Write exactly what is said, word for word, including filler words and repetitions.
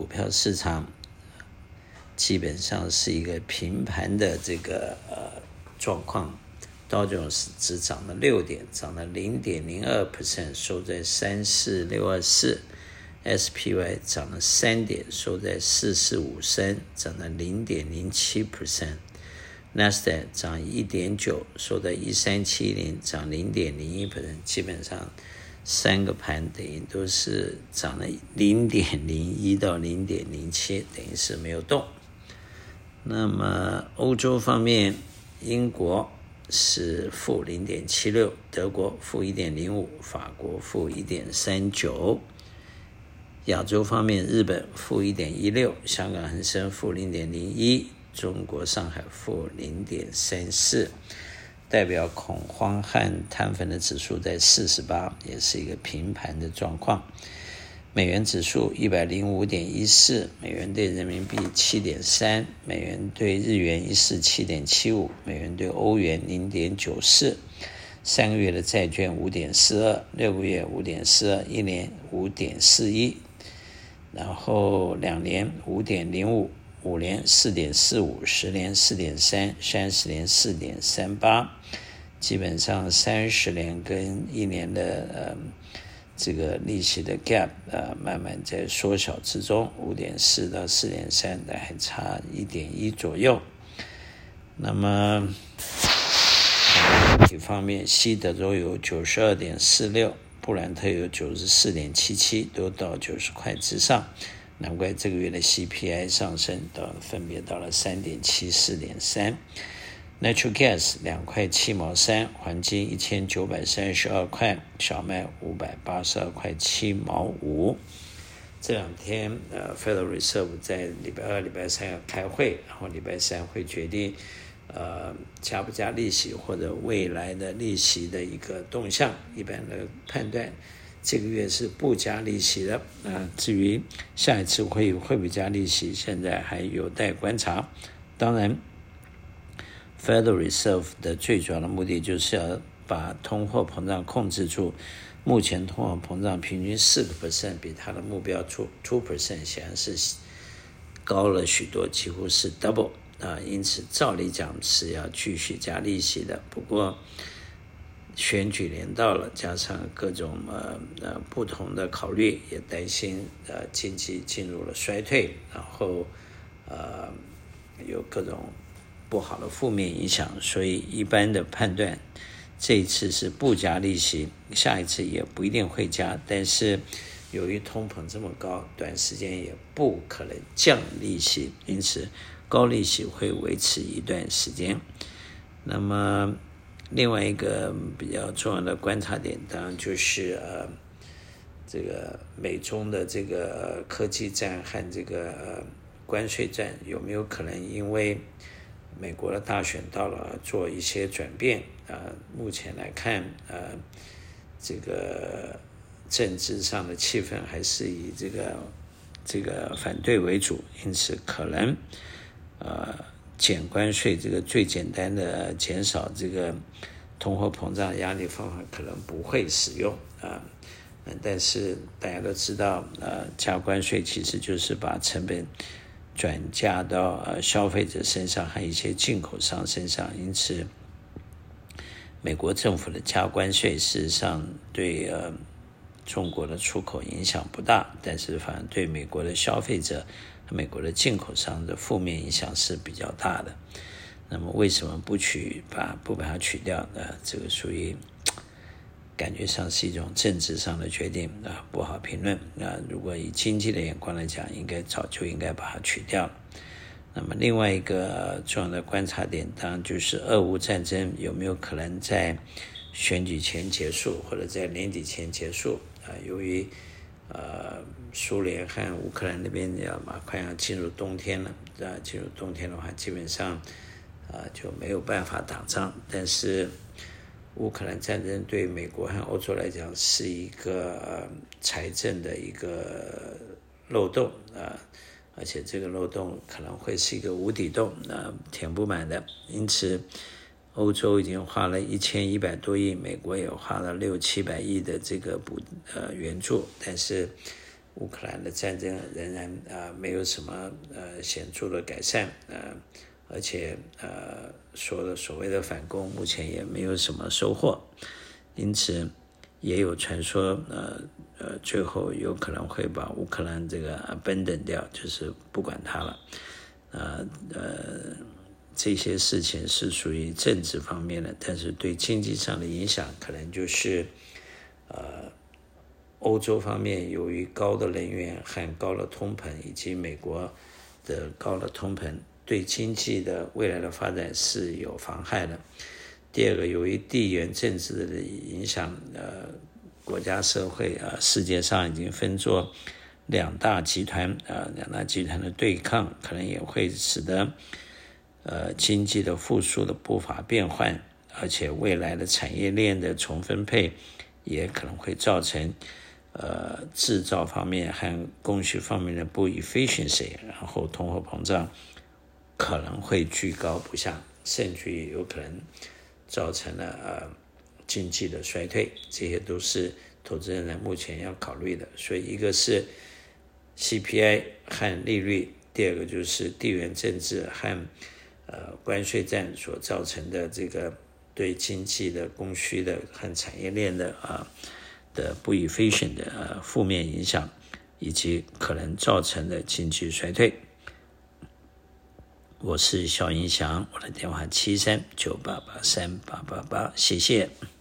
票市场基本上是一个平盘的这个呃状况。道琼斯只涨了六点，涨了 百分之零点零二， 收在三四六二四。S P Y 涨了三点，收在四四五三，涨了 百分之零点零七。Nasdaq 涨 一点九， 收在一三七零，涨 百分之零点零一， 基本上三个盘等于都是涨了 百分之零点零一 到 百分之零点零七， 等于是没有动。那么欧洲方面，英国是负 零点七六， 德国负 一点零五， 法国负 一点三九。亚洲方面，日本负 一点一六， 香港恒生负 零点零一，中国上海负 零点三四， 代表恐慌和贪粉的指数在四十八，也是一个平盘的状况。美元指数 一百零五点一四， 美元对人民币 七点三， 美元对日元 一四七点七五， 美元对欧元 零点九四， 三个月的债券 五点四二， 六个月 五点四二， 一年 五点四一， 然后两年 五点零五，五年 四点四五， 十年 四点三， 三十年 四点三八， 基本上三十年跟一年的呃这个利息的 gap 呃慢慢在缩小之中， 五点四到四点三 还差 一点一 左右。那么一方面，西德州有 九十二点四六， 布兰特有 九十四点七七， 都到九十块之上，难怪这个月的 C P I 上升到分别到了 三点七、四点三。 Natural Gas 两块七毛三，黄金一千九百三十二块，小麦五百八十二块七毛五。这两天呃 Federal Reserve 在礼拜二、礼拜三要开会，然后礼拜三会决定呃加不加利息或者未来的利息的一个动向。一般的判断这个月是不加利息的，呃、至于下一次会会不会加利息，现在还有待观察。当然 Federal Reserve 的最主要的目的就是要把通货膨胀控制住，目前通货膨胀平均 百分之四， 比它的目标 百分之二 显然是高了许多，几乎是 double、呃、因此照理讲是要继续加利息的。不过选举年到了，加上各种呃呃不同的考虑，也担心呃经济进入了衰退，然后呃有各种不好的负面影响，所以一般的判断这一次是不加利息，下一次也不一定会加，但是由于通膨这么高，短时间也不可能降利息，因此高利息会维持一段时间。那么另外一个比较重要的观察点，当然就是呃这个美中的这个科技战和这个呃关税战有没有可能因为美国的大选到了做一些转变。呃目前来看呃这个政治上的气氛还是以这个这个反对为主，因此可能呃减关税这个最简单的减少这个通货膨胀压力方法可能不会使用啊、呃，但是大家都知道呃加关税其实就是把成本转嫁到呃消费者身上和一些进口商身上，因此美国政府的加关税事实上对呃中国的出口影响不大，但是反而对美国的消费者和美国的进口商的负面影响是比较大的。那么为什么不取把不把它取掉呢？这个属于感觉上是一种政治上的决定啊，不好评论。那如果以经济的眼光来讲，应该早就应该把它取掉了。那么另外一个重要的观察点，当然就是俄乌战争有没有可能在选举前结束，或者在年底前结束啊？由于呃苏联和乌克兰那边要马快要进入冬天了，啊，进入冬天的话，基本上啊就没有办法打仗。但是乌克兰战争对美国和欧洲来讲是一个、呃、财政的一个漏洞啊。而且这个漏洞可能会是一个无底洞，呃，填不满的。因此，欧洲已经花了一千一百多亿，美国也花了六七百亿的这个补呃援助，但是乌克兰的战争仍然啊、呃、没有什么呃显著的改善，呃，而且呃说的所谓的反攻目前也没有什么收获，因此也有传说呃呃最后有可能会把乌克兰这个 abandon 掉，就是不管它了，呃呃这些事情是属于政治方面的，但是对经济上的影响可能就是呃。欧洲方面由于高的能源和高的通膨，以及美国的高的通膨，对经济的未来的发展是有妨害的。第二个，由于地缘政治的影响，呃，国家社会啊、呃，世界上已经分作两大集团啊、呃，两大集团的对抗，可能也会使得呃经济的复苏的步伐变缓，而且未来的产业链的重分配也可能会造成。呃，制造方面和供需方面的不 efficiency， 然后通货膨胀可能会居高不下，甚至于有可能造成了呃经济的衰退，这些都是投资人目前要考虑的。所以一个是 C P I 和利率，第二个就是地缘政治和呃关税战所造成的这个对经济的供需的和产业链的啊。呃的不 efficient 的、呃、负面影响，以及可能造成的经济衰退。我是肖英祥，我的电话七三九八八三八八八，谢谢。